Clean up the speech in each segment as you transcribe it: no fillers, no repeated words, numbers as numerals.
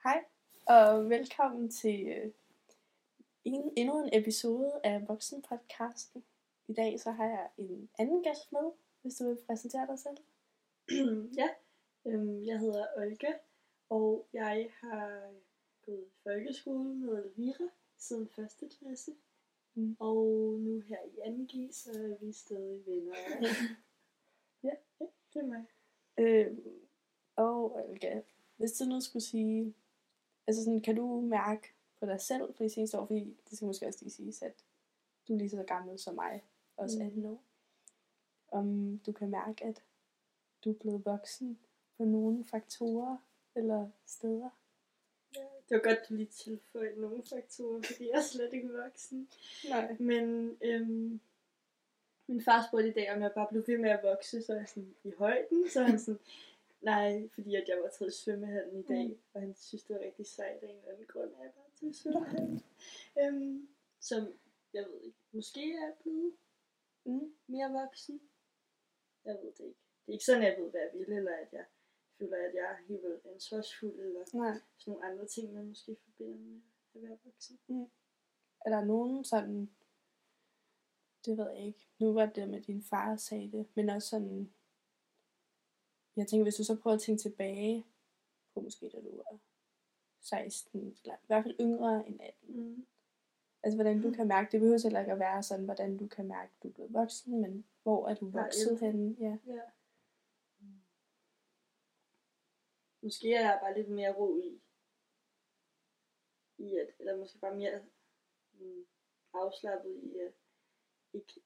Hej, og velkommen til endnu en episode af Voksenpodcasten. I dag så har jeg en anden gæst med, hvis du vil præsentere dig selv. Ja, jeg hedder Olga, og jeg har gået i folkeskole med Elvira siden 1. klasse. Og nu her i 2. G, så er vi stadig venner. Ja, det er mig. Og Olga, hvis du nu skulle sige, altså sådan, kan du mærke på dig selv for de seneste år, fordi det skal måske også lige siges, at du er lige så gammel som mig, også 18 år. Om du kan mærke, at du er blevet voksen på nogle faktorer eller steder? Ja, det var godt, du lige tilføjede nogle faktorer, fordi jeg er slet ikke voksen. Nej. Men min far spurgte i dag, om jeg bare blev ved med at vokse, så er jeg sådan i højden. Så er han sådan, nej, fordi at jeg var taget i svømmehallen i dag, og han synes, det var rigtig sejt af en eller anden grund, at jeg var taget i svømmehallen. Som, jeg ved ikke, måske er jeg blevet mere voksen. Jeg ved det ikke. Det er ikke sådan, at jeg ved, hvad jeg vil, eller at jeg føler, at jeg er helt vildt ansvarsfuld, eller sådan nogle andre ting, man måske forbinder med at være voksen. Er der nogen sådan, det ved jeg ikke, nu var det med din far sagde det, men også sådan, jeg tænker, hvis du så prøver at tænke tilbage på måske da du var 16, eller i hvert fald yngre end 18. Altså hvordan du kan mærke, det behøver heller ikke at være sådan, hvordan du kan mærke, at du er blevet voksen, men hvor er du vokset henne? Ja. Måske er jeg bare lidt mere ro i at, eller måske bare mere afslappet i at ikke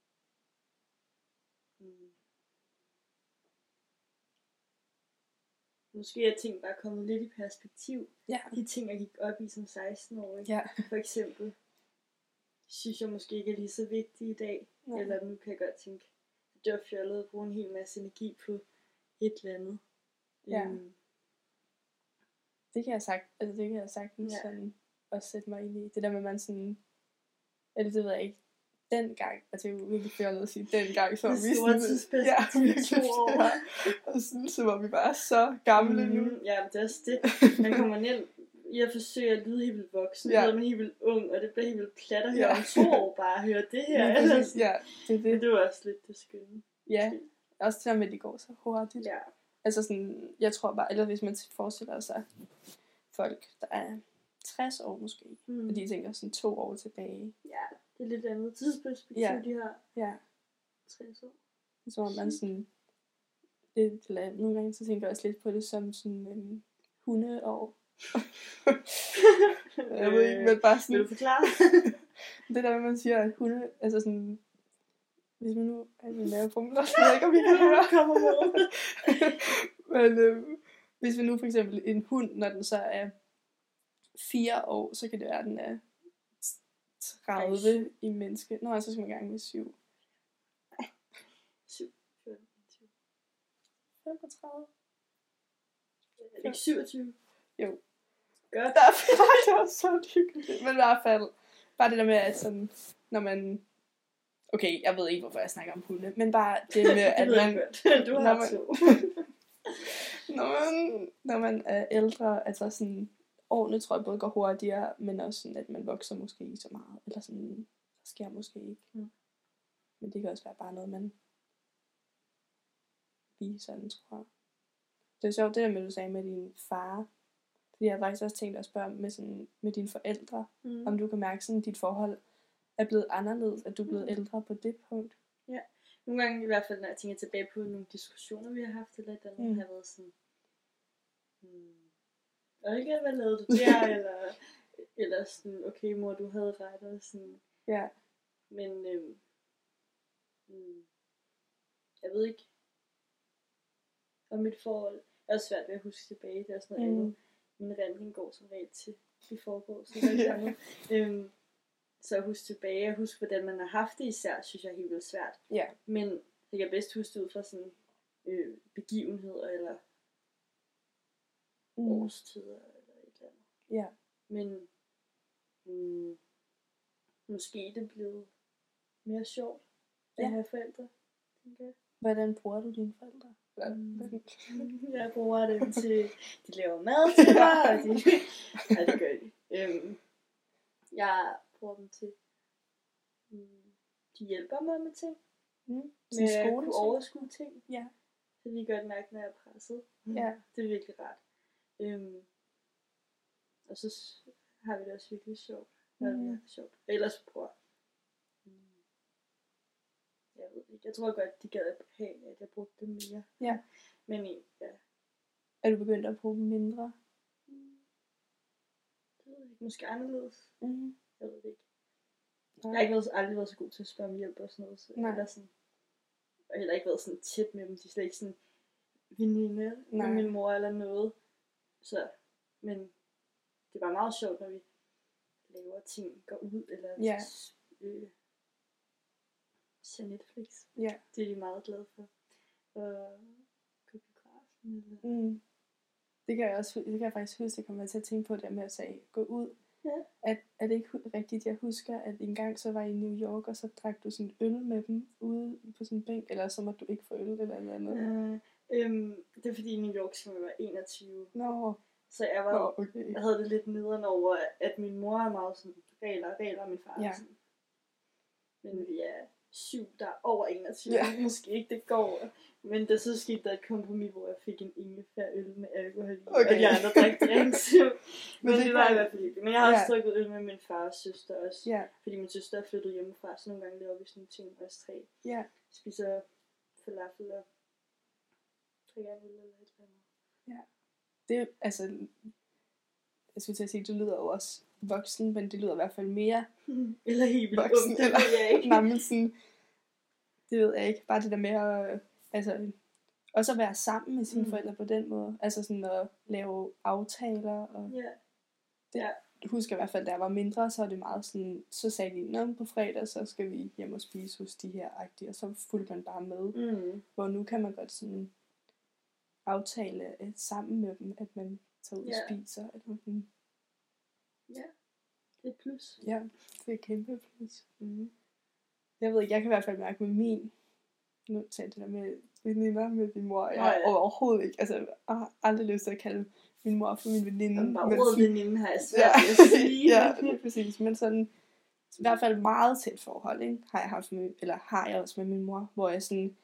måske er ting bare kommet lidt i perspektiv. Ja. De ting, jeg gik op i som 16-årig. Ja. For eksempel, synes jeg måske ikke er lige så vigtige i dag. Ja. Eller nu kan jeg godt tænke, at det var fjollet at bruge en hel masse energi på et eller andet. Ja. Det kan jeg sagtens sådan også sætte mig ind i. Det der med, man sådan, eller det ved jeg ikke, dengang, altså det er jo virkelig fjollet at sige dengang, så var vi sådan, og sådan, så var vi bare så gamle nu. Ja, det er også det. Man kommer ned i at forsøge at lyde helt vildt voksen, så er man helt vildt ung, og det bliver helt vildt plat at høre om 2 år bare at høre det her. Ja, det er det. Men det var også lidt det skønne. Ja, også det der med, at det går så hurtigt. Ja. Altså sådan, jeg tror bare, eller hvis man forestiller sig folk, der er 60 år måske, og de tænker sådan 2 år tilbage. Ja, det er lidt andet tidsperspektiv, de har. Ja. 60 år. Så man sådan, nogle gange så tænker jeg også lidt på det som sådan hundeår. Jeg ved ikke, men bare sådan. Vil du forklare? Det der, man siger, at hunde, altså sådan, hvis man nu er min mavefumler, så ved jeg ikke, om vi kan høre. Kommer med. Men hvis vi nu for eksempel en hund, når den så er 4 år, så kan det være, at den er 30 i menneske. Nå, så skal man gang med 7. 7. 35. Er det ikke 27? Jo. Godt. Det var så hyggeligt. Men i hvert fald, bare det der med, at sådan, når man... Okay, jeg ved ikke, hvorfor jeg snakker om hunde, men bare det med, at man... Du har 2. når man er ældre, altså sådan... Årene tror jeg både går hurtigere, men også sådan, at man vokser måske ikke så meget. Eller sådan, der sker måske ikke. Men det kan også være bare noget, man bliver sådan, tror jeg. Det er sjovt, det der med, du sagde med din far. Fordi jeg har faktisk også tænkt at spørge med dine forældre, om du kan mærke, sådan, at dit forhold er blevet anderledes, at du er blevet ældre på det punkt. Ja, nogle gange i hvert fald, når jeg tænker tilbage på nogle diskussioner, vi har haft, eller et eller andet, har været sådan... Olga, hvad lavede du der? eller sådan, okay mor, du havde ret, og sådan. Ja. Men, jeg ved ikke, om mit forhold er svært ved at huske tilbage, det er sådan noget andet. Min rendring går som regel til i forgårs, så at huske tilbage, og huske, hvordan man har haft det især, synes jeg er helt vildt svært. Ja. Men jeg kan bedst huske det ud fra sådan begivenheder, eller årstider eller et eller andet. Ja. Men måske er det blevet mere sjovt at have forældre, tænker jeg. Hvordan bruger du dine forældre? Jeg bruger dem til, de laver mad til mig, og de, ja, det gør de. Jeg bruger dem til, de hjælper mig med ting, med at kunne overskue ting. Ja. Så vi godt mærke, når jeg er presset. Ja. Det er virkelig rart. Og så har vi det også virkelig sjovt. Sjovt. Ellers bror. Jeg ved ikke. Jeg tror godt, de gad have, at jeg brugte dem mere. Ja. Men ja. Er du begyndt at bruge dem mindre? Det ved jeg ikke. Måske anderledes. Jeg ved det ikke. Nej. Jeg har ikke aldrig været så god til at spørge om hjælp og sådan noget. Så eller sådan, og heller ikke været sådan tæt med dem. De er slet ikke sådan veninde med min mor eller noget. Så, men det er bare meget sjovt, når vi laver ting, går ud eller ser Netflix. Ja. Det er de meget glade for. Og gå på biografen. Det kan jeg faktisk huske, jeg kommer til at tænke på det med at sige, gå ud. Ja. Er det ikke rigtigt, jeg husker, at en gang så var jeg i New York, og så drak du sådan øl med dem ude på sådan en bænk, eller så måtte du ikke få øl eller andet? Det er fordi i New York skal man være 21. Nå. Så jeg var, jeg havde det lidt nederen over, at min mor er meget sådan regler, og min far er sådan. Men vi er 7, der er over 21. Måske ikke det går. Men der så skete der et kompromis, hvor jeg fik en ingefærøl med alkohol i, og de andre drak drinks. Men det var i hvert fald ikke. Men jeg har også drukket øl med min far og søster også. Fordi min søster er flyttet hjemmefra, så nogle gange laver vi sådan ting os 3. Spiser falafel og drikker øl eller et eller andet. Det er altså, jeg skulle til at sige, det lyder jo også voksen, men det lyder i hvert fald mere eller helt voksen. Det ved jeg ikke. Nej, men sådan, det ved jeg ikke. Bare det der med at, altså, også at være sammen med sine forældre på den måde. Altså sådan at lave aftaler. Og det husker jeg i hvert fald, da jeg var mindre, så var det meget sådan, så sagde de, på fredag, så skal vi hjem og spise hos de her agtige, og så fulgte man bare med. Hvor nu kan man godt sådan aftale sammen med dem, at man tager ud og spiser. Eller sådan. Ja, det er plus. Ja, det er kæmpe plus. Jeg ved ikke, jeg kan i hvert fald mærke med min, nu tager det der med veninder med min mor, jeg overhovedet ikke, altså jeg har aldrig lyst til at kalde min mor for min veninde. Bare ordet veninde har jeg svært ved at sige. Ja, det er præcis, men sådan, i hvert fald meget tæt forhold, ikke, har jeg haft med, eller har jeg også med min mor, hvor jeg sådan,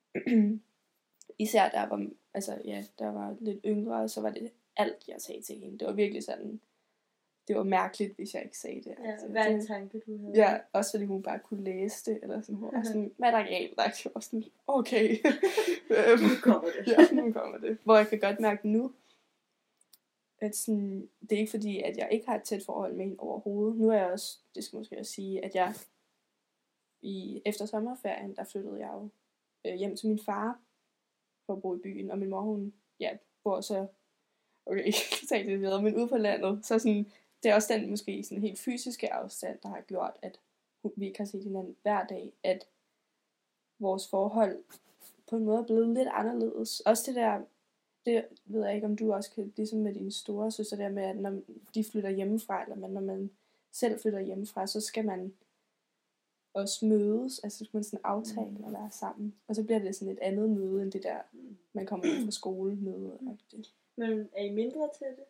især der var, altså ja, der var lidt yngre, så var det alt, jeg sagde til hende. Det var virkelig sådan, det var mærkeligt, hvis jeg ikke sagde det. Ja, altså, hvad en tanke, du havde. Ja, også fordi hun bare kunne læse det, eller sådan, og sådan, hvad er der galt? Der var sådan, okay. Nu kommer det. Ja, nu kommer det. Hvor jeg kan godt mærke nu, at sådan, det er ikke fordi, at jeg ikke har et tæt forhold med hende overhovedet. Nu er jeg også, det skal måske også sige, at jeg efter sommerferien, der flyttede jeg jo hjem til min far, for at bo i byen, og min mor, hun, bor så, okay, tag det videre, men ude på landet, så sådan, det er også den måske sådan helt fysiske afstand, der har gjort, at vi ikke har set hinanden hver dag, at vores forhold på en måde er blevet lidt anderledes. Også det der, det ved jeg ikke, om du også kan, ligesom med dine store søstre, der med, at når de flytter hjemmefra, eller når man selv flytter hjemmefra, så skal man også mødes, altså så skal man sådan aftale at være sammen. Og så bliver det sådan et andet møde, end det der, man kommer hjem fra skole møde. Men er I mindre til det?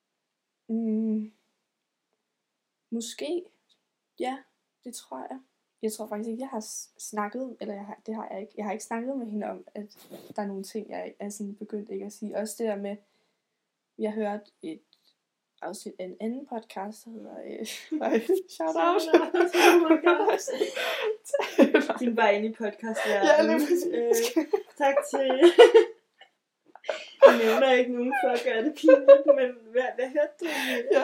Måske. Ja, det tror jeg. Jeg tror faktisk ikke, jeg har snakket, eller det har jeg ikke. Jeg har ikke snakket med hende om, at der er nogle ting, jeg er sådan begyndt ikke at sige. Også det der med, jeg hørte et afsnit af en anden podcast, der hedder Shout Out. Din vej ind i podcast. Ja, lige præcis. Tak til... Jeg nævner ikke nogen for at gøre det pinligt, men hvad hørte du?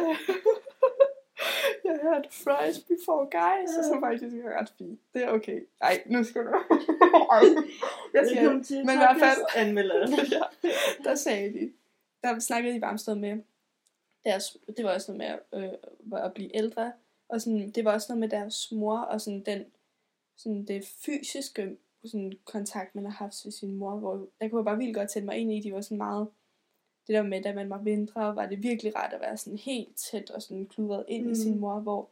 Jeg hørte Fries Before Guys, og så faktisk er ret fint. Det er okay. Ej, nu skal du... Velkommen til men i hvert fald anmelderen. Der sagde de, der snakkede de varmstad med deres, det var også noget med at blive ældre, og sådan, det var også noget med deres mor, og sådan det fysiske sådan kontakt, man har haft med sin mor, hvor jeg kunne bare vildt godt sætte mig ind i, de var sådan meget, det der med, da man var mindre, var det virkelig rart at være sådan helt tæt og sådan kludret ind i sin mor, hvor,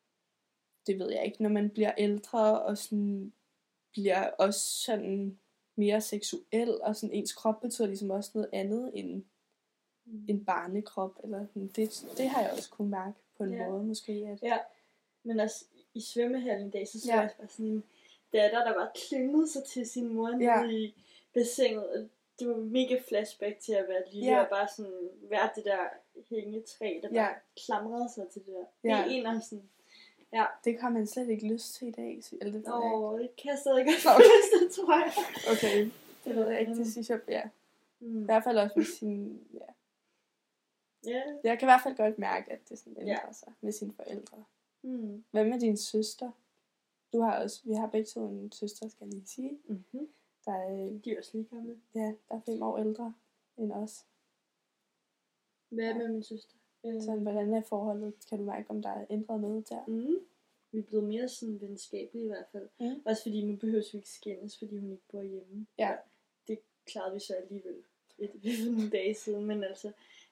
det ved jeg ikke, når man bliver ældre, og sådan bliver også sådan mere seksuel, og sådan ens krop betyder ligesom også noget andet end en barnekrop, eller sådan. Det har jeg også kunne mærke på en måde, måske. At... Ja, men også i svømmehallen i dag, så jeg bare sådan en datter, der bare klyngede sig til sin mor nede i bassinet. Det var mega flashback til at være lille, og bare sådan være det der hængetræ, der bare klamrede sig til det der. Det er en af sådan... Ja. Det har man slet ikke lyst til i dag. Eller det det kan jeg stadig godt få lyst, tror jeg. Okay, det ved jeg ikke. Det synes jeg, I hvert fald også med sin... Jeg kan i hvert fald godt mærke, at det sådan ændrer sig med sine forældre. Hvad med din søster? Vi har begge to en søster, skal jeg lige sige. De er også lige gamle. Ja, der er 5 år ældre end os. Hvad er med min søster? Så hvordan er forholdet? Kan du mærke, om der er ændret noget der? Vi er blevet mere sådan venskabelige i hvert fald. Også fordi nu behøver vi ikke skændes, fordi hun ikke bor hjemme. Ja. Det klarede vi så alligevel for nogle dage siden. Men altså,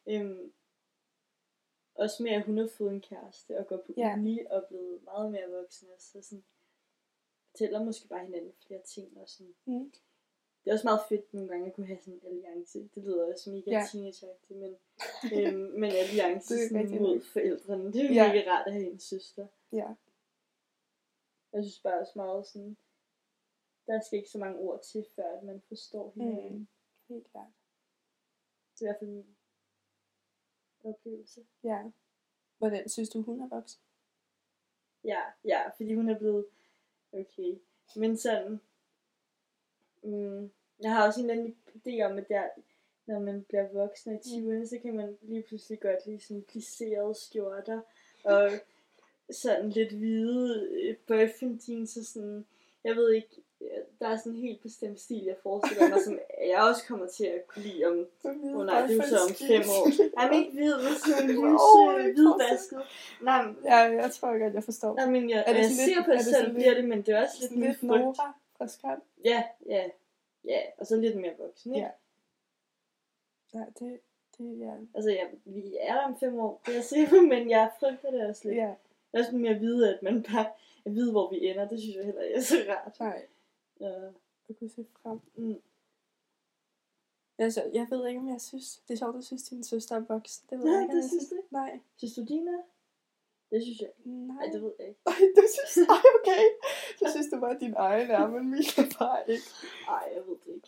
også med at hun har fået en kæreste og går på uni og blevet meget mere voksen. Så sådan, fortæller måske bare hinanden flere ting. Og sådan. Det er også meget fedt nogle gange at kunne have sådan en alliance. Det lyder også mega teenageagtigt, men alliance sådan mod forældrene. Det er jo mega rart at have en søster. Ja. Jeg synes bare også meget sådan, der skal ikke så mange ord til, før at man forstår hinanden. Helt klart. Det er i hvert fald min oplevelse. Ja. Hvordan synes du, hun er voksen? Ja, fordi hun er blevet okay. Men sådan, jeg har også en eller anden idé om, at der, når man bliver voksen i 20'erne, så kan man lige pludselig godt lide sådan plisserede skjorter, og sådan lidt hvide boyfriend jeans, og sådan, jeg ved ikke, der er sådan en helt bestemt stil, jeg forestiller mig, som jeg også kommer til at kunne lide om, nej, det er jo så om 5 år. Jeg er ikke hvid, men sådan en lyse, hvidvasket. Ja, jeg tror godt, jeg forstår. Nej, men jeg ser på det selv, bliver det, men det er også lidt lidt Nora fra Skam. Ja, og så lidt mere voksen, ikke? Ja, det Altså, vi er der om 5 år, det er jeg sikker, men jeg frygter det også lidt. Jeg er også mere at vide, at man bare er vide, hvor vi ender. Det synes jeg heller ikke er så rart. Nej. Jeg kunne se frem. Altså, jeg ved ikke, om jeg synes... Det er sjovt, at du synes, din søster er voksen. Det ved jeg ikke, det synes du ikke? Nej. Synes du, din er? Det synes jeg ikke. Nej, det ved jeg ikke. Du synes... okay. Så synes du bare, at din egen er, men min er bare ikke. Ej, jeg ved det ikke.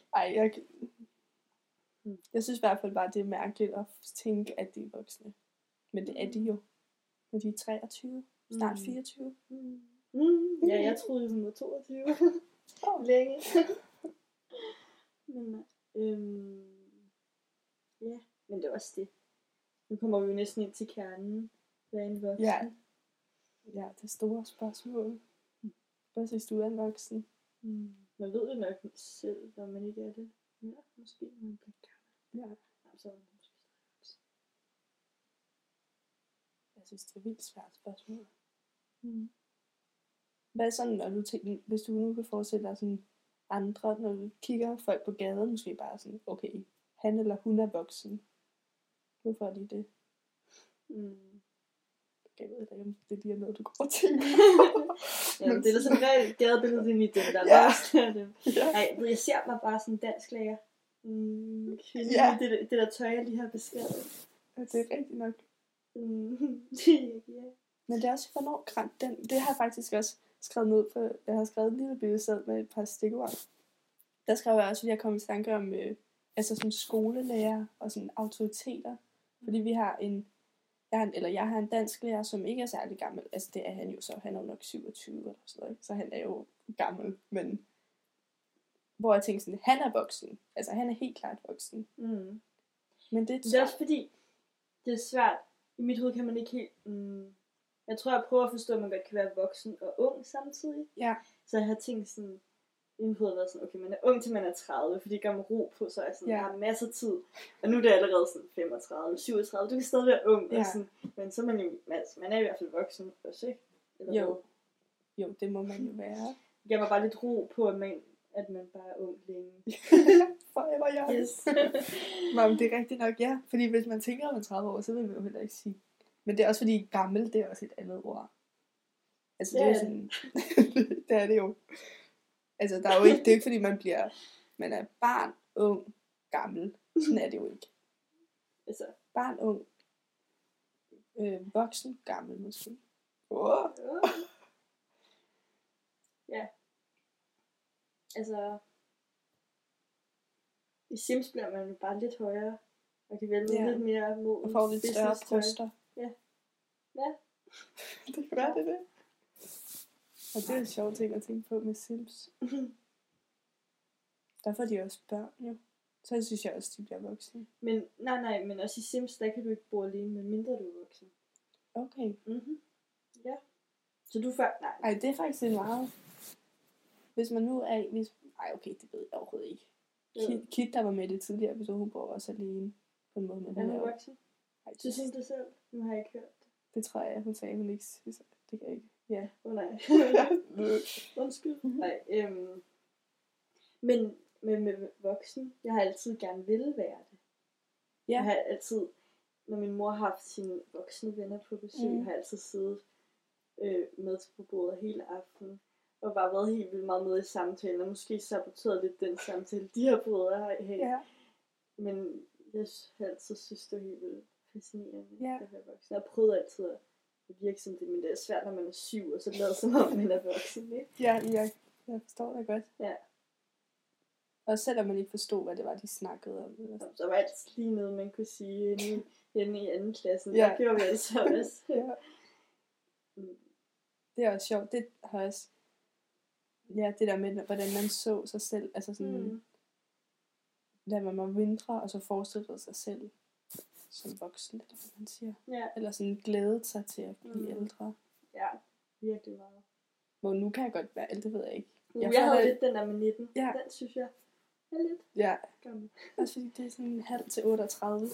Jeg synes i hvert fald bare, det er mærkeligt at tænke, at de er voksne. Men det er de jo. Når de er 23. Snart 24. Ja, jeg troede, hun var 22. Længe. Men ja, men det er også det. Nu kommer vi jo næsten ind til kernen. Hvad er en voksen? Ja, det store spørgsmål. Hvad synes du er en voksen? Man ved det nok selv, når man ikke er det. Ja, måske man bliver gammel. Så jeg synes, det er et vildt svært spørgsmål. Hvad er sådan, når du tænker, hvis du nu kan forestille dig sådan andre, når du kigger folk på gaden, måske bare sådan, okay, han eller hun er voksen. Hvorfor er de det? Jeg ved ikke, om det lige er noget, du går og tænker. Jamen, det er da sådan et gadebillede ind i dem, der er også af dem. Nej, jeg ser mig bare sådan en dansk læger. Det der tøj, jeg lige har beskrevet. Ja, det er rigtigt nok. Ja. Men det er også, hvornår det har jeg faktisk også skrevet ned, for jeg har skrevet en lille billede med et par stikord. Der skrev jeg også, fordi jeg kom i tanke om altså sådan skolelærer og sådan autoriteter. Fordi jeg har en dansk lærer, som ikke er særlig gammel. Altså det er han jo så, han er jo nok 27 eller sådan noget, så han er jo gammel, men hvor jeg tænkte sådan, han er voksen. Altså han er helt klart voksen. Men det er også fordi, det er svært. I mit hoved kan man ikke helt... Jeg tror, jeg prøver at forstå, at man godt kan være voksen og ung samtidig. Ja. Så jeg har tænkt sådan... I mit hoved har været sådan, okay, man er ung til man er 30, fordi det gør man ro på, så jeg sådan, jeg har masser af tid. Og nu er det allerede sådan 35, 37, du kan stadig være ung. Og sådan, men så er man jo... Altså, man er i hvert fald voksen også, ikke? Jo, det må man jo være. Det gør mig bare lidt ro på, at man bare er ung længe. Forever young. Yes. Men det er rigtigt nok, ja. Fordi hvis man tænker om 30 år, så vil man jo heller ikke sige. Men det er også fordi gammel, det er også et andet ord. Altså det er jo sådan, det er det jo. Altså der er jo ikke, det er ikke fordi man bliver Man er barn, ung, gammel. Sådan er det jo ikke. Altså, Barn, ung, voksen, gammel måske. Ja. Altså, i Sims bliver man jo bare lidt højere, og kan vælge lidt mere mod og får lidt større bryster. Ja. Ja. Det kan være det. Og det er en sjov ting at tænke på med Sims. Der får de også børn, jo. Så synes jeg også, de bliver voksne. Men nej, men også i Sims, der kan du ikke bo alene, medmindre du er voksen. Okay. Ja. Så du får... Nej. Ej, det er faktisk en meget... Hvis man nu er... Ej, okay, det ved jeg overhovedet ikke. Kit, der var med i det tidligere episode, hun bor også alene. På en måde, men hun er voksen? Ej, synes hun det selv? Nu har jeg ikke hørt det. Det tror jeg, hun sagde, hun ikke synes. Det kan jeg ikke. Ja. Nej. Undskyld. Nej, men med voksen, jeg har altid gerne ville være det. Ja. Jeg har altid, når min mor har haft sine voksne venner på besøg, har jeg altid siddet med på bordet hele aftenen, og bare været helt vildt meget med i samtalen, og måske saboteret lidt den samtale, de her brødre har her. Ja. Men jeg har altid synes, det er helt vildt fascinerende at være voksen. Jeg har prøvet altid at virke som det, men det er svært, når man er 7, og så lader som om man er voksen, ikke? Ja, jeg forstår det godt. Ja. Og selvom man ikke forstod, hvad det var, de snakkede om. Så var altid lige noget, man kunne sige henne i anden klassen. Ja. Der gjorde vi altså også. Ja. Det er også sjovt. Det har også... Ja, det der med, hvordan man så sig selv. Altså sådan... Da man var mindre, og så forestillede sig selv som voksen, eller hvad man siger. Ja. Eller sådan glædet sig til at blive ældre. Ja, virkelig meget. Hvor nu kan jeg godt være, det ved jeg ikke. Jeg havde lidt den der med 19. Ja. Den synes jeg er lidt gammel. Også fordi det er sådan halv til 38.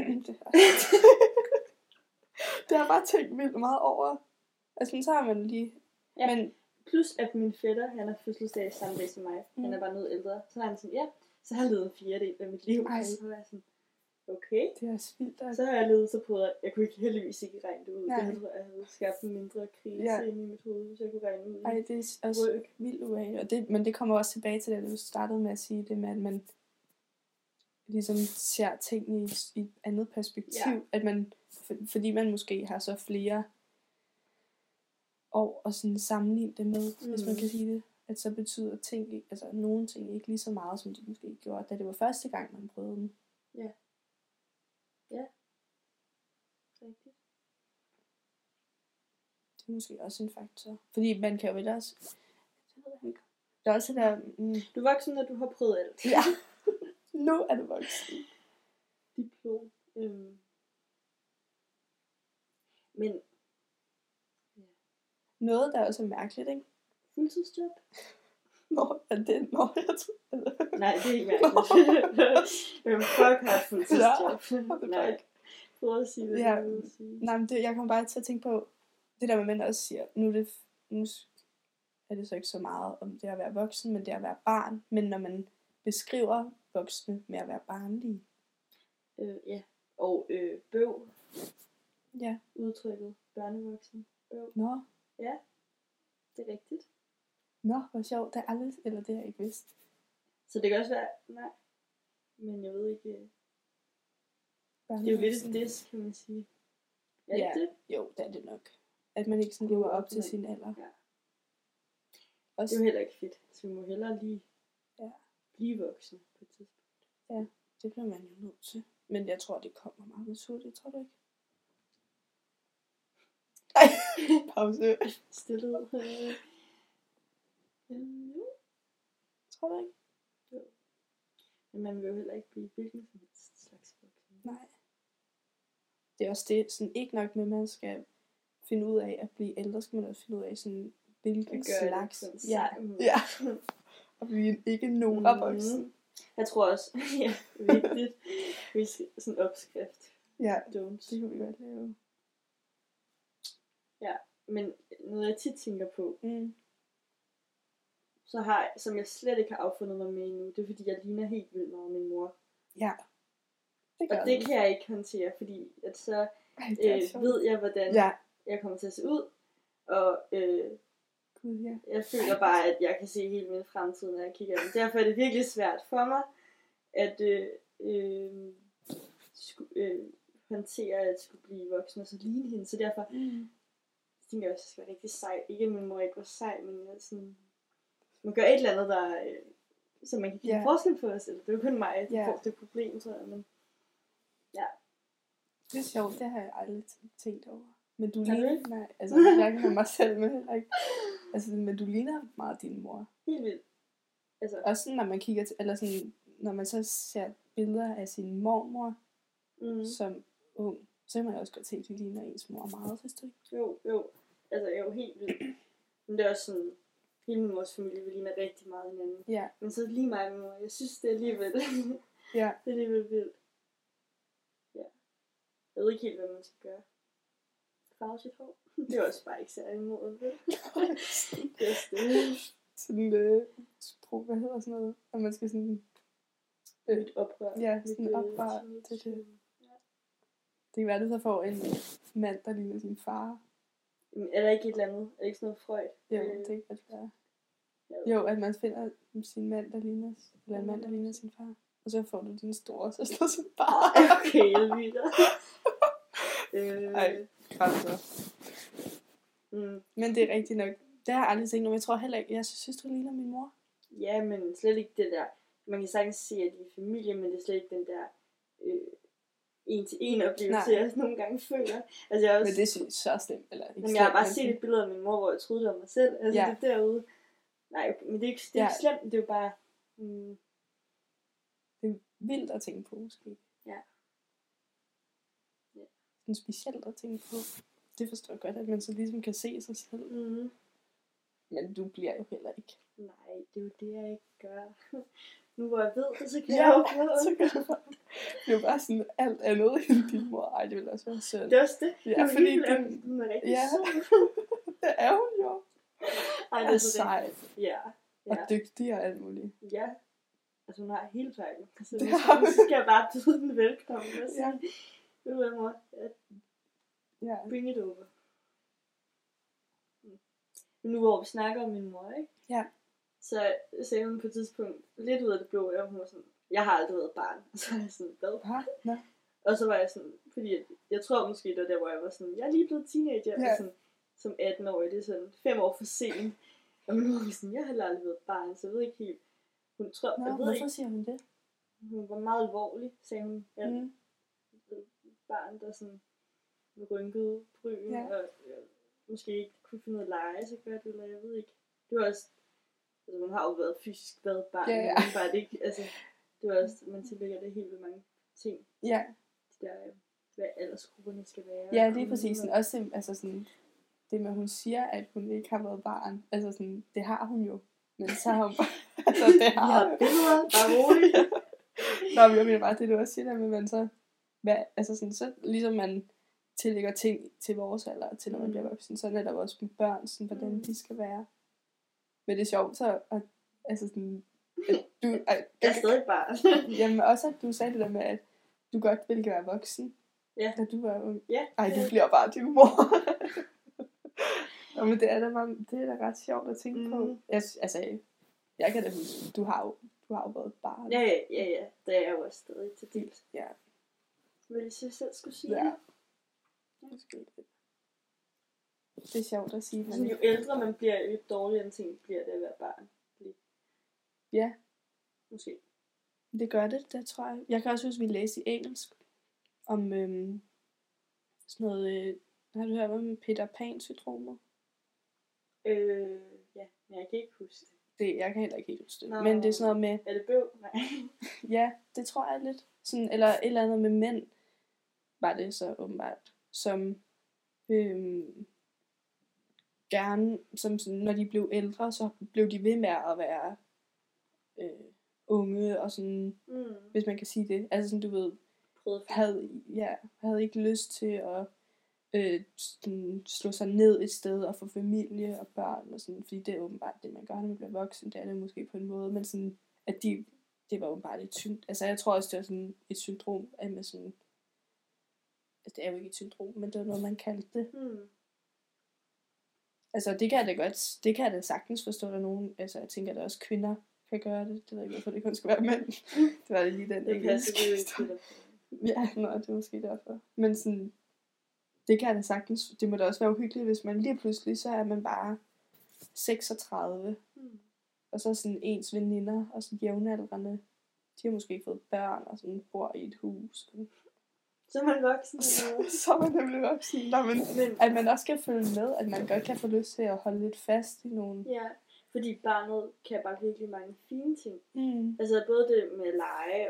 Det har jeg bare tænkt vildt meget over. Altså, så har man lige... Ja. Men plus, at min fætter, han har fødselsdag samme dag som mig. Han er bare noget ældre. Så er han sådan, så har jeg levet en fjerdedel af mit liv. Ej. Så var jeg sådan, okay. Det er vildt. Altså. Så har jeg levet så på, at jeg kunne ikke heldigvis ikke regne det ud. Jeg havde skabt en mindre krise inde i mit hoved, hvis jeg kunne regne ud. Ej, det er også vildt ubehageligt. Men det kommer også tilbage til det, du startede med at sige det med, at man ligesom ser ting i et andet perspektiv. Ja. At man, fordi man måske har så flere år og sådan sammenligne det med, hvis man kan sige det. At så betyder ting, altså nogle ting ikke lige så meget, som de måske gjorde, da det var første gang, man prøvede dem. Ja. Ja. Rigtigt. Det er måske også en faktor. Fordi man kan jo vel også... Der er også det der... Du er voksen, når du har prøvet alt. Ja. Nu er du voksen. Diplom. Men... Ja. Noget, der er også mærkeligt, ikke? Fuldtidsjob. Nå, er det jeg tror... Nej, det er ikke mærkeligt. Hvem fuck har et fuldtidsjob? Nej. Prøv at sige det. Ja. Nej, men jeg kommer bare til at tænke på, det der med mænd også siger, nu er det så ikke så meget om det at være voksen, men det at være barn. Men når man beskriver voksne med at være barnlige. Ja, og bøv. Ja. Udtrykket børnevoksen. Bøv. Nå. Ja, det er rigtigt. Nå, hvor sjovt. Det er aldrig, eller det har jeg ikke vidst. Så det kan også være, nej. Men jeg ved ikke. Det er jo lidt det, kan man sige. Ja, det? Jo, det er det nok. At man ikke sådan lever op til sin alder. Ja. Også, det er jo heller ikke fedt. Så vi må hellere lige blive voksen på et tidspunkt. Ja, det bliver man jo nødt til. Men jeg tror, det kommer meget naturligt, tror du ikke? Ej, pause. Stillet. Jo. Tror du ikke? Jo. Men man vil jo heller ikke blive hvilken som helst slags voksen. Nej. Det er også det, sådan ikke nok med, at man skal finde ud af at blive ældre, skal man også finde ud af sådan, hvilken slags. Ja. Og vi ikke nogen af voksen. Jeg tror også, vigtigt, vi skal sådan en opskrift. Ja, det kunne vi godt lave. Ja, men noget jeg tit tænker på, så har, som jeg slet ikke har affundet mig med endnu, det er fordi jeg ligner helt vildt meget min mor. Ja. Og det kan jeg ikke håndtere, fordi at så ved jeg, hvordan jeg kommer til at se ud, og Gud, ja. Jeg føler bare, at jeg kan se hele min fremtid, når jeg kigger ind. Derfor er det virkelig svært for mig, at håndtere at skulle blive voksen og så ligne hende. Så derfor tænker jeg også, at jeg skal være rigtig sej. Ikke at min mor ikke var sej, men jeg sådan, man gør et eller andet, der, så man kan give forskel på os. Eller det er jo kun mig, der får det problem, tror jeg. Men, ja. Det er sjovt, det har jeg aldrig tænkt over. Men du ligner, nej, altså hverken med mig selv, men heller ikke. Altså, men du ligner meget din mor. Helt vildt. Altså. Også sådan, når man kigger til, eller sådan, når man så ser billeder af sin mormor som ung, så kan man også godt se, at de ligner ens mor meget, synes du ikke? Jo. Altså, jeg er jo helt vildt. Men det er også sådan, hele min mors familie, vi ligner rigtig meget hinanden. Ja. Men så lige mig og mor, jeg synes, det er alligevel, det er alligevel vildt. Ja. Jeg ved ikke helt, hvad man skal gøre. Farve sit hår. Det er også bare ikke særlig moden, vel? Det er stille. Sådan sprog, hvad hedder sådan noget? At man skal sådan... Mit oprør. Ja, sådan oprør til det. Ja. Det kan være, du så får en mand, der ligner sin far. Jamen, er der ikke et eller andet? Er det ikke sådan noget Freud? Jo, det kan godt være. Jo, at man finder sin mand, der ligner... Eller en mand, der ligner sin far. Og så får du din store søster som far. Okay, jeg lytter. Ej, kraftigt. Men det er rigtigt nok. Det har jeg aldrig tænkt, men jeg tror heller ikke, jeg synes, du ligner min mor. Ja, men slet ikke det der. Man kan sagtens se, at de er familie, men det er slet ikke den der en-til-en oplevelse, jeg nogle gange føler. Altså, jeg også, men det synes jeg så slemt. Eller ikke men jeg har bare set et billede af min mor, hvor jeg troede, det var mig selv. Altså, det derude. Nej, men det er ikke slemt, det er jo bare... Det er vildt at tænke på, måske. Ja. Sådan specielt at tænke på. Det forstår jeg godt, at man så ligesom kan se sig selv. Men du bliver jo heller ikke. Nej, det er jo det, jeg ikke gør. Nu hvor jeg ved det, så kan jeg jo prøve. Så kan du bare. Det er jo bare sådan alt andet end din mor. Ej, det vil også være sødt. Det er også det. Ja, fordi hun er rigtig sød. Det er hun jo. Ej, det er sej. Ja. Og dygtig og alt muligt. Ja. Altså hun har hele pakken. Så skal jeg bare byde den velkommen. Ja. Ved du hvad, mor? Bring it over. Nu hvor vi snakker om min mor, ikke? Ja. Så sagde hun på et tidspunkt, lidt ud af det blå, og hun var sådan, jeg har aldrig været barn. Og så var jeg sådan, hvad? Ja. Og så var jeg sådan, fordi jeg tror måske, det var der, hvor jeg var sådan, jeg er lige blevet teenager, og sådan, som 18-årig, det er sådan 5 år for sent. Og min mor var sådan, jeg har aldrig været barn, så jeg ved ikke helt. Hun tror, jeg ved hvorfor ikke, siger hun det? Hun var meget alvorlig, sagde hun. Barn, der sådan rynkede bryn, og måske ikke kunne finde noget lege, så godt, eller jeg ved ikke. Det var også, altså man har jo været fysisk været barn, men bare det ikke, altså, det var også, man tillægger det helt ved mange ting. Ja. Det der, hvad aldersgrupperne skal være. Ja, lige præcis. Sådan, også altså sådan, det med, hun siger, at hun ikke har været barn, altså sådan, det har hun jo. Men så har hun bare, altså det har hun. Vi har billeder, bare roligt. Nå, men jeg mener bare, det du også siger der med, man så, altså sådan, så ligesom man tillægger ting til vores alder, til når man bliver voksen, så er det også med børn, sådan, hvordan de skal være. Men det er sjovt så, at, altså sådan, at du... jeg er stadig bare. Jamen også, at du sagde det der med, at du godt ville være voksen, da du var ung. Ja. Ej, du bliver bare din mor. Nå, men det er da ret sjovt at tænke på. Jeg kan da huske, du har jo været barn. Ja. Det er jeg jo også stadig til dels. Ja. Vil jeg selv skulle sige det? Ja. Måske det. Det er sjovt at sige. Men jo ældre man bliver, jo dårligere en ting bliver det at være barn. Ja. Måske. Det gør det tror jeg. Jeg kan også huske, at vi læste i engelsk om sådan noget, har du hørt om Peter Pan-syndromet? Ja, men jeg kan ikke huske det. Jeg kan heller ikke helt huske det. Men det er sådan noget med... Er det bøv? Nej. Ja, det tror jeg lidt. Sådan, eller et eller andet med mænd, var det så åbenbart, som gerne, som sådan, når de blev ældre, så blev de ved med at være unge, og sådan, hvis man kan sige det. Altså sådan, du ved, havde ikke lyst til at slå sig ned et sted og få familie og børn, og sådan, fordi det er åbenbart det, man gør, når man bliver voksen. Det er det måske på en måde, men sådan, at det var åbenbart et syndrom. Altså jeg tror også, det var sådan et syndrom af med sådan, altså det er jo ikke et syndrom, men det var noget, man kaldte det. Altså, det kan jeg da sagtens forstå, at nogen, altså, jeg tænker, at også kvinder kan gøre det. Det ved jeg ikke, hvorfor det kun skal være mænd. Det var det lige den Det passer jo ikke til dig. Ja, det er måske derfor. Men sådan, det kan jeg da sagtens, det må da også være uhyggeligt, hvis man lige pludselig, så er man bare 36, og så sådan ens veninder, og sådan jævnaldrende, de har måske fået børn, og sådan bor i et hus. Så er man voksen. Så er man nemlig voksen. Men at man også kan følge med, at man godt kan få lyst til at holde lidt fast i nogen. Ja, fordi barnet kan bare virkelig mange fine ting. Mm. Altså både det med lege,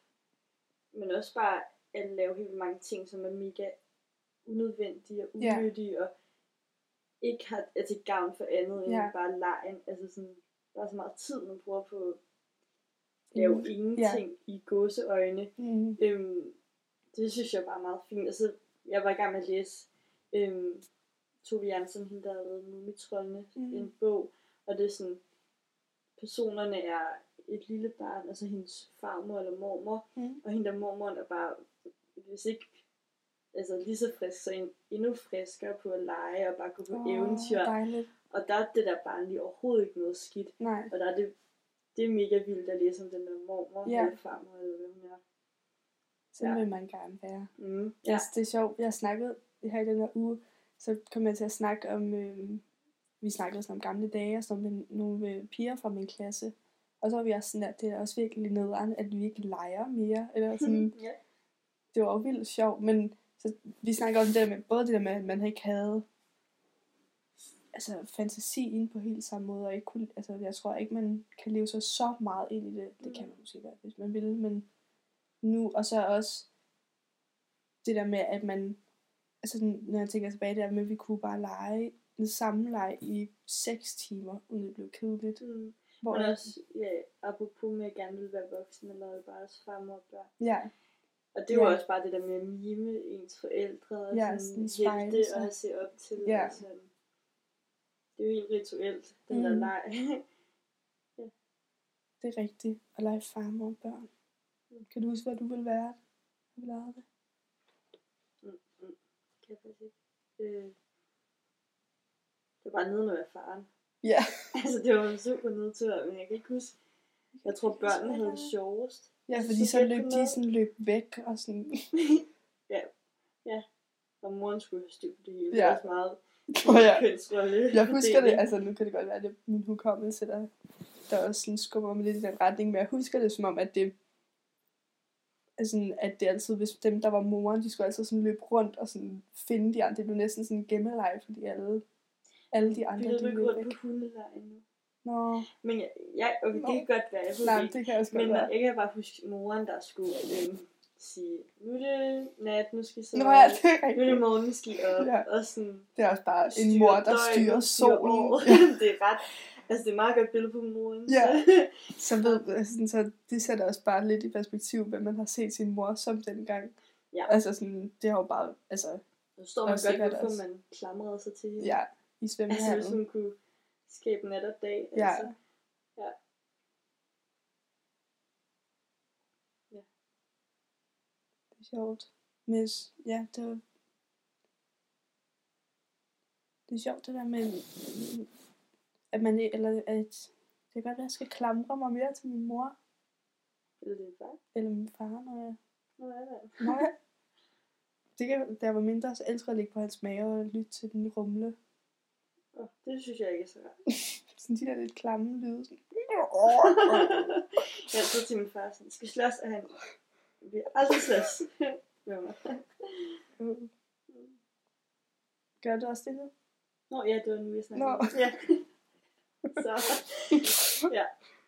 men også bare at lave helt mange ting, som er mega unødvendige og unyttige, og ikke er til gavn for andet end bare legen. Altså sådan, der er så meget tid, man bruger på at lave ingenting i gåseøjne. Det synes jeg bare er meget fint. Altså, jeg var i gang med at læse Tove Jansson, hende der har lavet Mumitroldene, en bog, og det er sådan, personerne er et lille barn, altså hendes farmor eller mormor, og hende der mormoren er bare, hvis ikke altså lige så frisk, så endnu friskere på at lege og bare gå på eventyr. Dejligt. Og der er det der barn lige overhovedet ikke noget skidt. Nej. Og der er det er mega vildt at læse om den der mormor eller farmor, eller hvad hun er. Så vil man gerne være. Ja. Det er sjovt. Jeg har snakket her i den her uge, så kom jeg til at snakke om, vi snakkede sådan om gamle dage, og sådan med nogle piger fra min klasse. Og så var vi også sådan, at det er også virkelig nederen, at vi ikke leger mere. Eller sådan, det var jo vildt sjovt, men så vi snakker om det der med, både det der med, at man ikke havde altså fantasien på helt samme måde, og ikke kunne, altså jeg tror ikke, man kan leve sig så meget ind i det. Det kan man måske være, hvis man vil, men nu, og så også det der med, at man, altså når jeg tænker tilbage der med, at vi kunne bare lege den samme leg i 6 timer, uden det blev kedeligt. Hvor men også, apropos med at gerne ville være voksen, eller bare også farmor og børn. Ja. Og det var også bare det der med at mime ens forældre, og sådan helte og at se op til. Og sådan. Det er jo helt rituelt, den der leg. Det er rigtigt, at lege farmor og børn. Kan du huske, hvad du ville være? Hvad ville have det? Kan jeg faktisk ikke. Det var bare nede, når jeg var faren. Ja. Altså, det var en super nedtur, men jeg kan ikke huske. Jeg tror, børnene havde det sjovest. Ja, fordi så løb de løb væk og sådan. Ja. Og moren skulle have styr på det hele. Det var også meget kønsrolle. Jeg husker det, altså nu kan det godt være, at det er min hukommelse, der også sådan skubber mig lidt i den retning, men jeg husker det som om, at det altså, at det altid, hvis dem, der var moren, de skulle altid sådan løbe rundt og sådan finde de andre. Det blev næsten sådan en gemmeleg, fordi alle de andre, de løb rundt på hundelejen nu. Nå. Men okay, det kan godt være. Nej, det kan også godt være. Men jeg kan bare huske moren, der skulle sige, nu er det nat, nu skal så nu er det morgen, nu skal op. Og sådan, det er også bare en mor, der styrer solen. Det er ret. Altså, det er meget godt billede på moren. Ja, så det sætter også bare lidt i perspektiv, hvad man har set sin mor som dengang. Ja. Altså sådan, det har jo bare, altså. Nu står man godt, hvorfor man klamrede sig til hende. Ja, i svømmehallen. Altså, hvis hun kunne skabe nat og dag. Ja. Altså. Ja. Det er sjovt. Men ja, det er sjovt det der med, at man, eller at det kan godt være, at jeg skal klamre mig mere til min mor. Eller din far. Eller min far, når jeg. Nå ja. Det kan, da jeg var mindre, så elsker jeg at ligge på hans mave og lytte til den rumle. Det synes jeg ikke er så rart. Sådan de der lidt klamme lyde. Sådan. Jeg så til min far, sådan, skal slås, og han vil aldrig slås. Gør du også det nu? Nå ja, det var nu, jeg snakkede. Nå. Ja. Så, ja.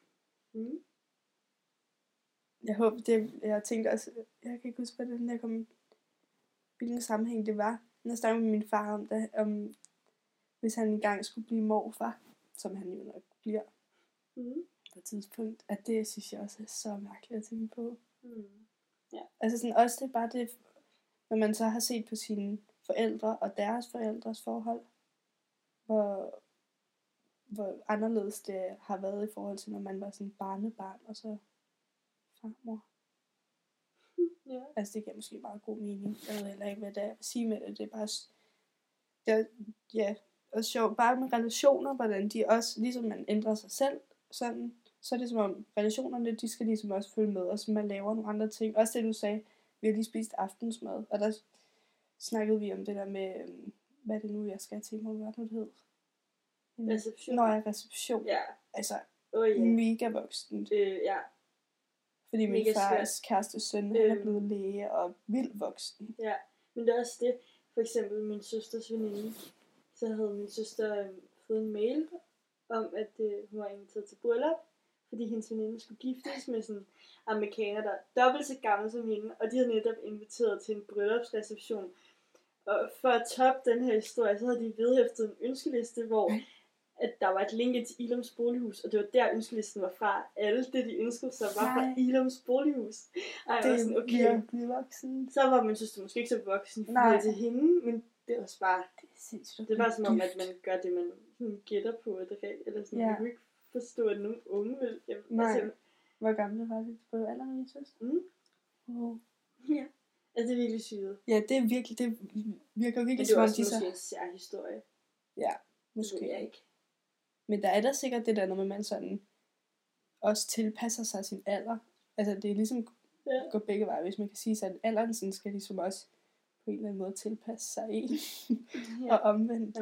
Jeg håber, jeg tænkte også, jeg kan ikke huske, hvad den der kom, hvilken sammenhæng det var. Jeg snakkede med min far om det, hvis han engang skulle blive morfar, som han jo nok bliver på et tidspunkt, at det synes jeg også er så mærkeligt at tænke på. Ja. Altså sådan også det er bare det, når man så har set på sine forældre og deres forældres forhold, hvor anderledes det har været i forhold til, når man var sådan barnebarn og så farmor. Ja. Altså det giver måske meget god mening. Jeg ved heller ikke, hvad det er at sige med det. Det er bare, og sjovt, bare med relationer, hvordan de også, ligesom man ændrer sig selv, sådan, så er det som om relationerne, de skal ligesom også følge med, og så man laver nogle andre ting. Også det, du sagde, vi har lige spist aftensmad, og der snakkede vi om det der med, hvad er det nu, jeg skal til, hvad det hed? Reception. Når jeg reception. Ja. Altså, Yeah. mega voksen. Ja. Fordi min Mega fars kærestes søn, han er blevet læge og vildt voksen. Ja, men det er også det. For eksempel min søsters veninde. Så havde min søster fået en mail om, at hun var inviteret til bryllup. Fordi hendes veninde skulle giftes med sådan en amerikaner, der er dobbelt så gammel som hende. Og de havde netop inviteret til en bryllupsreception. Og for at toppe den her historie, så havde de vedhæftet en ønskeliste, hvor at der var et link til Ilums Bolighus, og det var der ønskelisten var fra. Alle det, de ønskede sig, var fra Ilums Bolighus. Ej, det var sådan, okay. Voksen. Så var min søster måske ikke så voksen til hende, men det var bare... Det var som om, at man gør det, man gætter på, eller sådan, man kunne ikke forstå, at nogen unge vil... Nej. Hvor gammel var det? På alder med min søster? Ja. Altså, det er virkelig sygt. Ja, det er virkelig, det virker virkelig som om de så... Men det er også måske en sær historie. Ja, måske. Det jeg ikke. Men der er der sikkert det der, når man sådan også tilpasser sig sin alder. Altså, det er ligesom går begge veje, hvis man kan sige sig, at alderen sådan skal ligesom også på en eller anden måde tilpasse sig en. Og omvendt.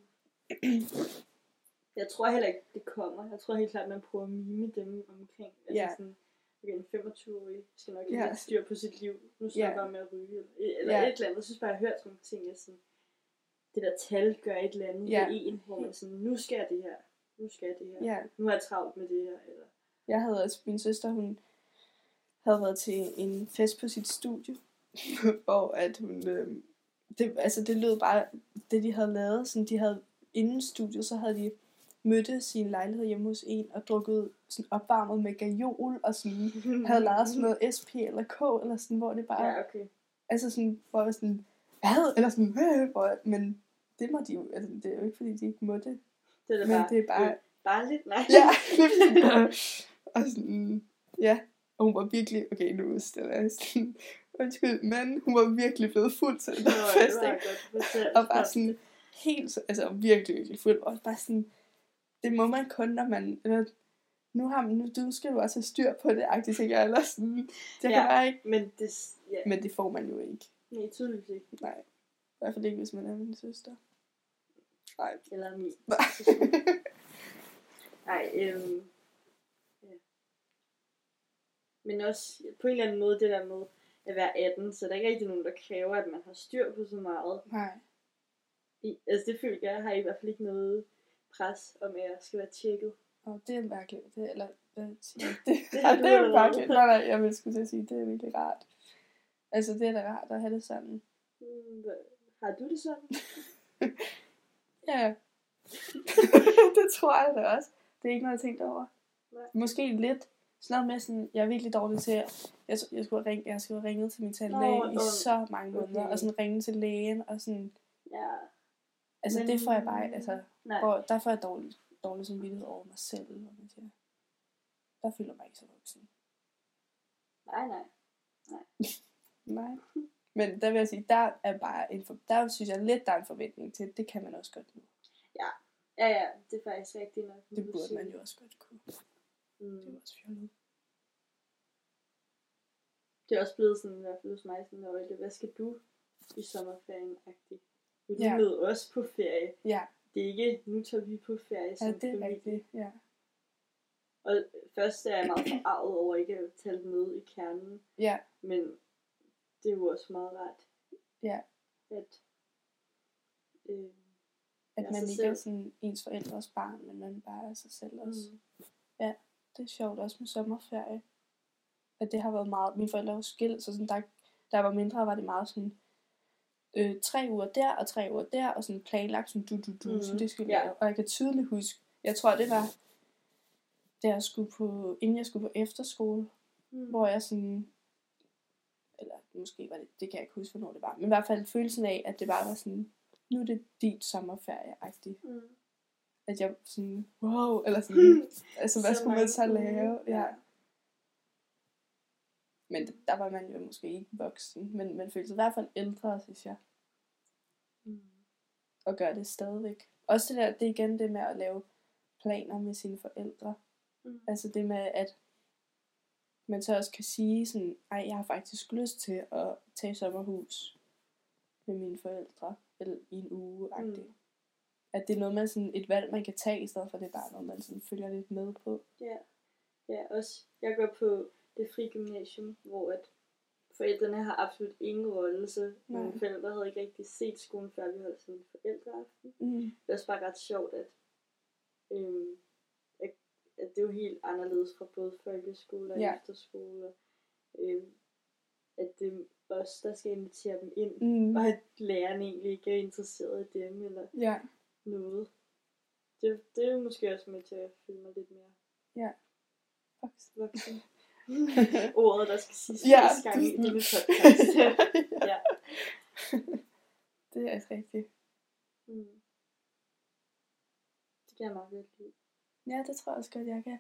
Jeg tror heller ikke, det kommer. Jeg tror helt klart, at man prøver at mime dem omkring. Altså sådan, en 25-årig skal nok ikke have styr på sit liv. Nu skal jeg bare med at ryge. Eller et eller andet. Jeg synes bare, jeg har hørt sådan nogle ting, at sådan, det der tal gør et eller andet ved en, hvor man sådan, nu skal jeg det her. Nu er jeg travlt med det her. Eller... Jeg havde også, min søster, hun havde været til en fest på sit studie, hvor at hun, det lød bare, det de havde lavet, sådan de havde inden studiet, så havde de mødte sin lejlighed hjemme hos en, og drukket sådan opvarmet med gajol, og sådan havde lavet sådan noget SP eller K, eller sådan, hvor det bare, altså sådan, hvor jeg sådan, hvad? Eller sådan, men det må de jo, altså det er jo ikke, fordi de ikke må det. Det er men bare, det er bare... bare lidt, nej. Ja, og sådan, ja, og hun var virkelig, okay, nu udstiller jeg sådan, undskyld, men hun var virkelig blevet fuld til den der fest, ikke? Og bare sådan, helt, altså virkelig, virkelig fuld, og bare sådan, det må man kun, når man, eller, nu skal du også have styr på det, agtigt, tænker jeg, eller sådan, det kan bare ikke, men det får man jo ikke. Nej, tydeligvis ikke. Nej, i hvert fald ikke, hvis man er min søster. Nej. Eller min. Nej, ja. Men også på en eller anden måde det der med at være 18, så der er ikke rigtig nogen, der kræver, at man har styr på så meget. Nej. Altså det føler jeg har i hvert fald ikke noget pres om, at jeg skal være tjekket. Det er mærkeligt. Det er jo mærkeligt. Nej, jeg vil skulle til at sige, det er virkelig rart. Altså det er da rart at have det sådan. Har du det sådan? Ja. Det tror jeg da også. Det er ikke noget, jeg tænkt over. Nej. Måske lidt. Sådan noget med sådan, jeg er virkelig dårlig til at... Jeg skulle have ringet til min tandlæge i så mange måneder. Og sådan ringe til lægen og sådan... Ja. Altså det får jeg bare... Altså, der får jeg dårlig samvittighed over mig selv. Man siger. Der føler jeg mig ikke så voksen. Nej. Men der vil jeg sige, der er bare der synes jeg lidt, der er en forventning til, det kan man også godt nu. Ja, det er faktisk rigtigt nok. Det burde man jo også godt kunne. Det er også fjollet. Det er også blevet sådan, i hvert fald hos mig, sådan, hvad skal du i sommerferien-agtigt? Vil du med os på ferie? Ja. Det er ikke, nu tager vi på ferie som det er rigtigt, ja. Og først er jeg meget forarvet over ikke at tale med i kernen. Ja. Men det er jo også meget rart. Ja. At man ikke er sådan ens forældres barn, men man bare er sig selv også. Ja, det er sjovt også med sommerferie. At det har været meget, mine forældre var skilt, så sådan, da jeg var mindre, var det meget sådan 3 uger der, og 3 uger der, og sådan planlagt, sådan så det skulle lave. Og jeg kan tydeligt huske, jeg tror det var, inden jeg skulle på efterskole, hvor jeg sådan, eller måske var det kan jeg ikke huske, hvornår det var, men i hvert fald følelsen af, at det bare var sådan, nu er det dit sommerferie-agtigt. At jeg sådan, wow, eller sådan, altså hvad skulle man så lave? Ja. Men der var man jo måske ikke voksen, men man følte sig i hvert fald ældre, synes jeg. Og gør det stadigvæk. Også det er igen det med at lave planer med sine forældre. Altså det med, at man så også kan sige sådan, ej, jeg har faktisk lyst til at tage sommerhus med mine forældre, eller i en uge-agtigt. At det er noget, man sådan, et valg, man kan tage, i stedet for det er bare noget, man sådan følger lidt med på. Ja, også. Jeg går på det frie gymnasium, hvor at forældrene har absolut ingen rolle, så mine forældre havde ikke rigtig set skolen, før vi holdt sådan en forældreaften. Det er også bare ret sjovt, at det er jo helt anderledes fra både folkeskole og efterskole. At det er os, der skal invitere dem ind, og at læreren egentlig ikke er interesseret i dem, eller noget. Det er jo måske også med til at føle mig lidt mere voksen. Ordet, der skal siges flest gange i denne podcast. Ja. Det er også rigtigt. Det kan jeg meget godt lide. Ja, det tror jeg også godt, jeg kan.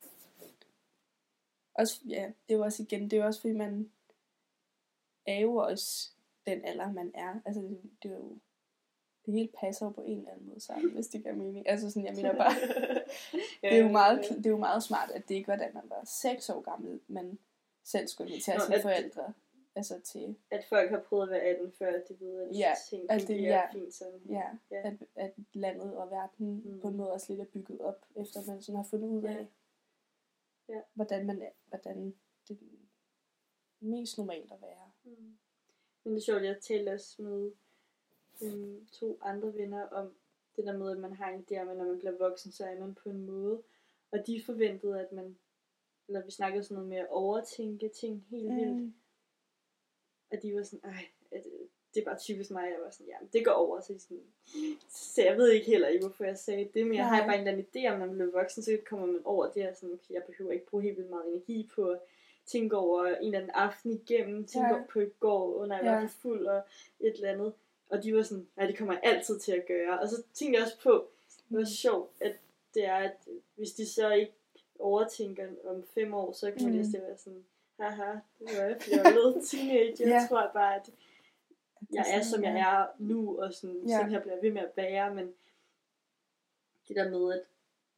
Også, det er jo også igen, det er jo også fordi man er jo også den alder, man er. Altså, det er jo, det hele passer jo på en eller anden måde sammen, hvis det giver mening. Altså sådan, jeg mener bare, det er jo meget smart, at det ikke var, da man var 6 år gammel, man selv skulle invitere sine forældre. Altså til... At folk har prøvet at være 18 før, de ved, at ting fungerer fint sådan. At landet og verden på en måde også lidt er bygget op, efter man sådan har fundet ud af, hvordan det er mest normalt at være. Men det er sjovt, jeg talte også med 2 andre venner om det der med, at man har en idé om, at når man bliver voksen, så er man på en måde. Og de forventede, at man, eller vi snakkede sådan noget med at overtænke ting helt vildt. Og de var sådan, det er bare typisk mig. Jeg var sådan, ja, det går over. Så jeg ved ikke heller, hvorfor jeg sagde det, men jeg har bare en eller anden idé om, når man bliver voksen, så kommer man over det, og sådan, okay, jeg behøver ikke bruge helt vildt meget energi på at tænke over en eller anden aften igennem, tænke over på i går, under jeg var for fuld og et eller andet. Og de var sådan, nej, det kommer jeg altid til at gøre. Og så tænkte jeg også på, det var sjovt, at det er, at hvis de så ikke overtænker om 5 år, så kommer de også være sådan, haha, det var jeg fjollet teenager. Jeg tror bare, at jeg er, som jeg er nu, og sådan her bliver jeg ved med at være, men det der med, at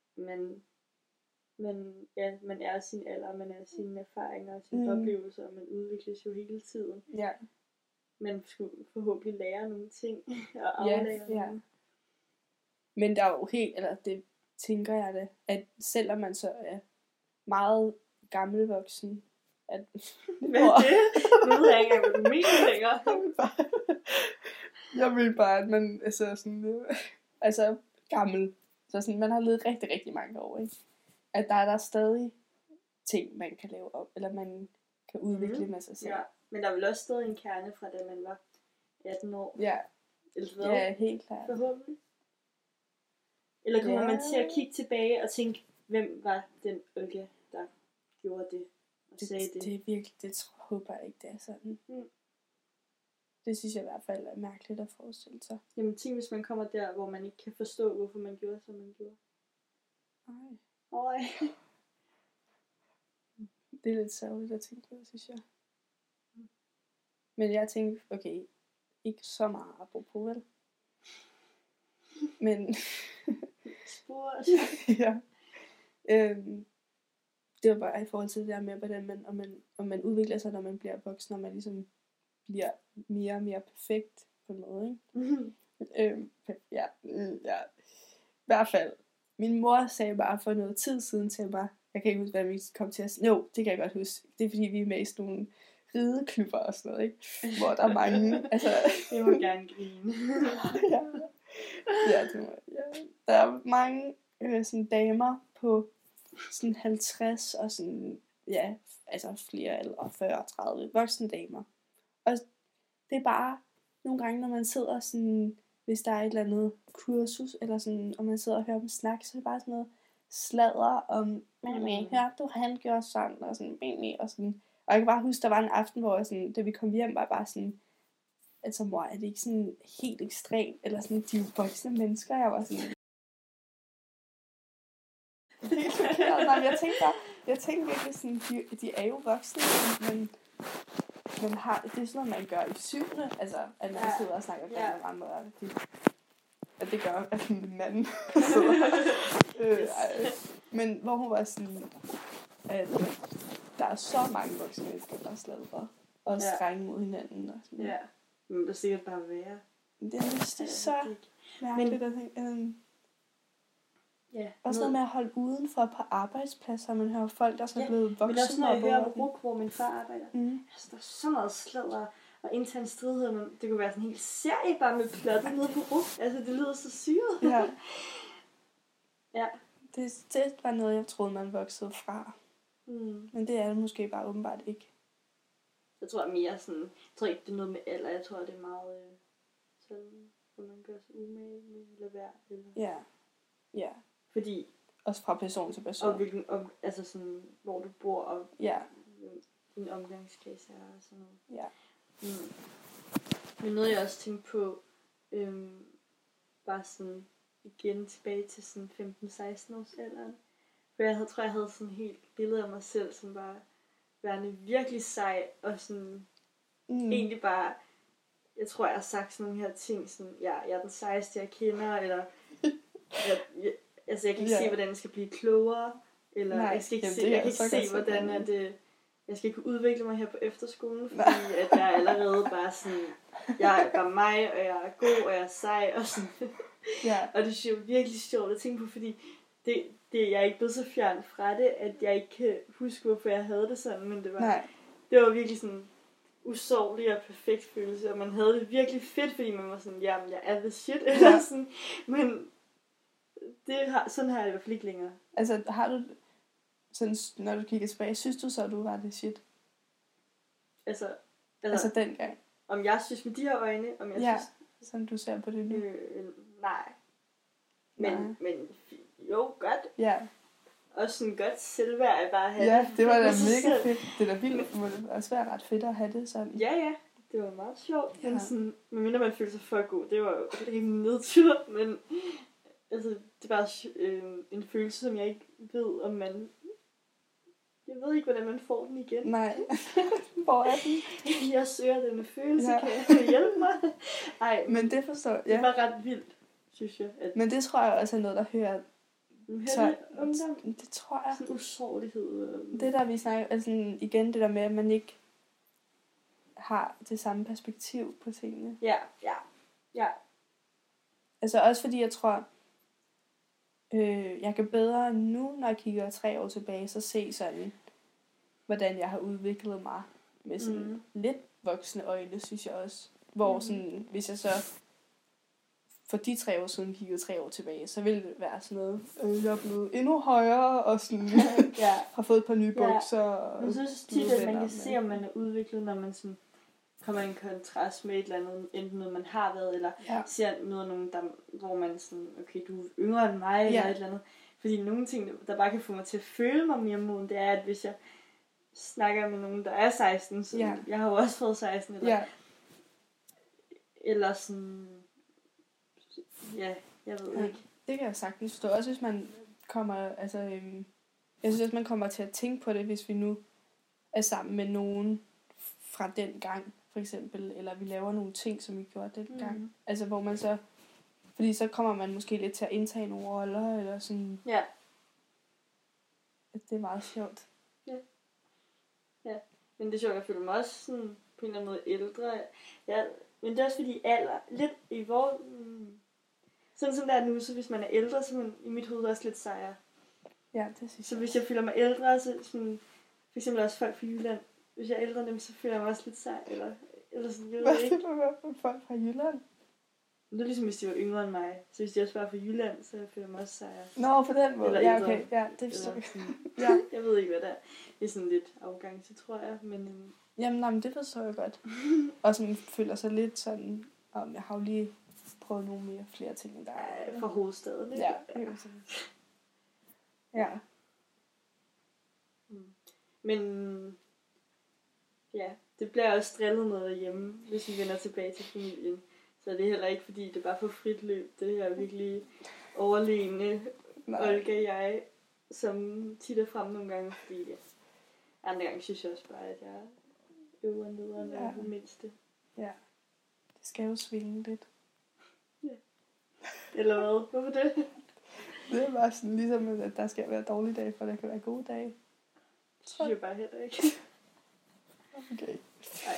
man er sin alder, man er sine erfaringer og sine oplevelser, og man udvikles jo hele tiden. Man skulle forhåbentlig lære nogle ting, og aflære nogle. Men der er jo det tænker jeg det, at selvom man så er meget gammelvoksen, at... Hvad er det? Nu ved jeg ikke engang, hvad du mener længere. Jeg vil bare, at man er sådan, gammel. Så sådan, man har levet rigtig, rigtig mange år, ikke? At der er stadig ting, man kan lave op, eller man kan udvikle med sig selv. Ja, men der er vel også stadig en kerne fra, da man var 18 år. Ja, helt klart. Forhåbentlig. Eller kommer man til at kigge tilbage og tænke, hvem var den Olga, der gjorde det og sagde det? Det er virkelig, det håber jeg ikke, det er sådan. Det synes jeg i hvert fald er mærkeligt at forestille sig. Jamen tænk, hvis man kommer der, hvor man ikke kan forstå, hvorfor man gjorde, som man gjorde. Nej. Det er lidt sørgeligt at tænke på, synes jeg. Men jeg tænkte, okay, ikke så meget apropos, vel? Men... Spurgt. Det var bare i forhold til det der med, hvordan om man udvikler sig, når man bliver voksen, og man ligesom bliver mere og mere perfekt på en måde, ikke? I hvert fald. Min mor sagde bare for noget tid siden til mig, jeg kan ikke huske, hvad vi kom til at sige. Jo, det kan jeg godt huske. Det er fordi, vi er med i sådan nogle rideklubber og sådan noget, ikke? Hvor der er mange, altså... Jeg må gerne grine. det må, Der er mange sådan damer på sådan 50 og sådan, flere eller 40-30 voksne damer. Og det er bare nogle gange, når man sidder sådan, hvis der er et eller andet kursus, eller sådan, og man sidder og hører dem snakke, så er det bare sådan noget sladder om, hørte du, han gjorde sådan, og sådan, og sådan. Og jeg kan bare huske, der var en aften, hvor jeg sådan, da vi kom hjem, var jeg bare sådan, altså mor, er det ikke sådan helt ekstremt, eller sådan, de er jo voksne mennesker, jeg var sådan, det er helt chokeret. Nej, jeg tænkte virkelig sådan, de er jo voksne, men det er sådan noget, man gør i 7. Altså, at man sidder og snakker med andre. at det gør, at min mand men hvor hun var sådan, at der er så mange voksne mennesker, der er sladre og strenge mod hinanden. Og sådan. Ja, men det er sikkert bare værre. Det er så mærkeligt at tænke. Også noget med at holde udenfor på arbejdspladser. Man hører folk, der så er blevet voksne. Men også når jeg hører på RUC, hvor min far arbejder. Altså, der er så meget sladder og intern stridighed. Men det kunne være sådan en hel serie bare med plottet nede på RUC. Altså, det lyder så syret. Ja. Ja. Det var noget, jeg troede, man voksede fra. Men det er det måske bare åbenbart ikke. Jeg tror mere sådan, jeg tror ikke, det er noget med alder. Jeg tror, det er meget sådan, hvor man gør sig umage med at lade være. Eller... Ja. Fordi... Også fra person til person. Og hvilken, altså sådan, hvor du bor, og din omgangskreds er og sådan noget. Ja. Men noget, jeg også tænkte på, bare sådan igen tilbage til sådan 15-16 års alderen. For jeg tror, jeg havde sådan et helt billede af mig selv, som var værende virkelig sej, og sådan egentlig bare, jeg tror, jeg har sagt sådan nogle her ting, sådan, jeg er den sejeste, jeg kender, eller jeg kan ikke se, hvordan jeg skal blive klogere, eller jeg kan ikke se, hvordan jeg skal kunne udvikle mig her på efterskolen, fordi at jeg er allerede bare sådan, jeg er bare mig, og jeg er god, og jeg er sej, og sådan. Og det er jo virkelig sjovt at tænke på, fordi jeg er ikke blevet så fjern fra det, at jeg ikke kan huske, hvorfor jeg havde det sådan, men det var virkelig sådan usårlig og perfekt følelse, og man havde det virkelig fedt, fordi man var sådan, jamen jeg er the shit, eller sådan, men sådan har jeg det i hvert fald ikke længere. Altså har du, sådan, når du kigger tilbage, synes du så, at du var the shit? Altså dengang? Om jeg synes med de her øjne, om jeg synes... som du ser på det nu? Nej. Men jo, godt. Ja. Også sådan godt selvværd at bare have det. Ja, det var da mega fedt. Det er da vildt. Det må også være ret fedt at have det sådan. Ja. Det var meget sjovt. Men sådan, medmindre man følte sig for god, det var jo ikke en nedtur, men altså, det er bare en følelse, som jeg ikke ved, om man... Jeg ved ikke, hvordan man får den igen. Nej. Hvor er den? Jeg søger den følelse, kan jeg hjælpe mig? Ej, men det forstår jeg. Det var ret vildt, synes jeg. Men det tror jeg også er noget, der hører... Det tror jeg. Sådan usårlighed. Det der, vi snakker... Altså igen, det der med, at man ikke har det samme perspektiv på tingene. Ja. Altså også fordi, jeg tror... jeg kan bedre nu, når jeg kigger 3 år tilbage, så se sådan, hvordan jeg har udviklet mig med sådan lidt voksne øjne, synes jeg også. Hvor sådan, hvis jeg så for de 3 år siden kiggede 3 år tilbage, så ville det være sådan noget, jeg er blevet endnu højere, og sådan, har fået et par nye bukser. Jeg synes tit, at man kan se, om man er udviklet, når man sådan kommer i en kontrast med et eller andet, enten noget man har været, eller ser nogen, hvor man sådan, okay, du er yngre end mig, eller et eller andet. Fordi nogle ting, der bare kan få mig til at føle mig mere moden, det er, at hvis jeg snakker med nogen, der er 16, så jeg har jo også fået 16, eller sådan, jeg ved ikke. Det kan jeg sagtens forstå. Også hvis man kommer, altså, jeg synes også, man kommer til at tænke på det, hvis vi nu er sammen med nogen fra den gang, for eksempel, eller vi laver nogle ting, som vi gjorde dengang. Altså, hvor man så, fordi så kommer man måske lidt til at indtage nogle roller, eller sådan. Ja. Det er meget sjovt. Ja. Men det er sjovt, jeg føler mig også sådan, på en eller anden måde ældre. Ja, men det er også fordi alder, lidt i vores... Sådan som det er nu, så hvis man er ældre, så er man i mit hoved også lidt sejere. Ja, det synes jeg. Så hvis jeg føler mig ældre, så sådan, for eksempel også folk fra Jylland, hvis jeg er ældre end dem, så føler jeg mig også lidt sej, eller sådan, jeg ved ikke. Hvad er det for folk fra Jylland? Det er ligesom, hvis de var yngre end mig. Så hvis de også var fra Jylland, så føler jeg mig også sejere. Nå, på den måde. Eller ja, okay. Ja, det forstår jeg. Jeg ved ikke, hvad det er. Det er sådan lidt arrogance, tror jeg. Men, Jamen, det forstår jeg godt. Og som føler sig lidt sådan, om jeg har jo lige prøvet nogle flere ting, end der er. Fra hovedstaden, ikke? Ja, ja. Men ja, det bliver også drillet noget derhjemme, hvis vi vender tilbage til familien. Så det er heller ikke, fordi det er bare på frit løb. Det her virkelig overlegne Olga og jeg, som tit er fremme nogle gange, fordi andre gange synes jeg også bare, at jeg er øvre nederen af det mindste. Ja, det skal jo svinge lidt. Ja. Eller hvad? Hvorfor det? Det er bare sådan ligesom, at der skal være dårlige dage, for der kan være gode dage. Det synes jeg bare heller ikke. Okay. Nej.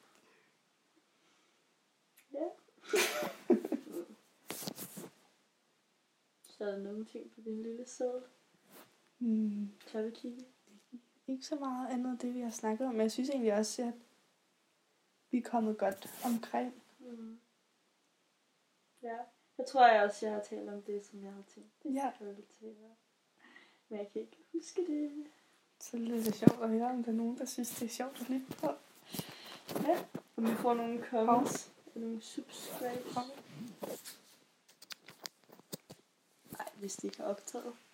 Ja. Så er der nogle ting på din lille sæde. Tør vi kigge? Ikke så meget andet af det, vi har snakket om, men jeg synes egentlig også, at vi er kommet godt omkring. Ja. Jeg tror også, jeg har talt om det, som jeg har tænkt. Ja. Men jeg kan ikke huske det. Så det er lidt sjovt at høre, om der er nogen, der synes, det er sjovt at lytte på. Ja. Om vi får nogle comments. Og nogle subscribes. Nej, hvis de ikke har optaget.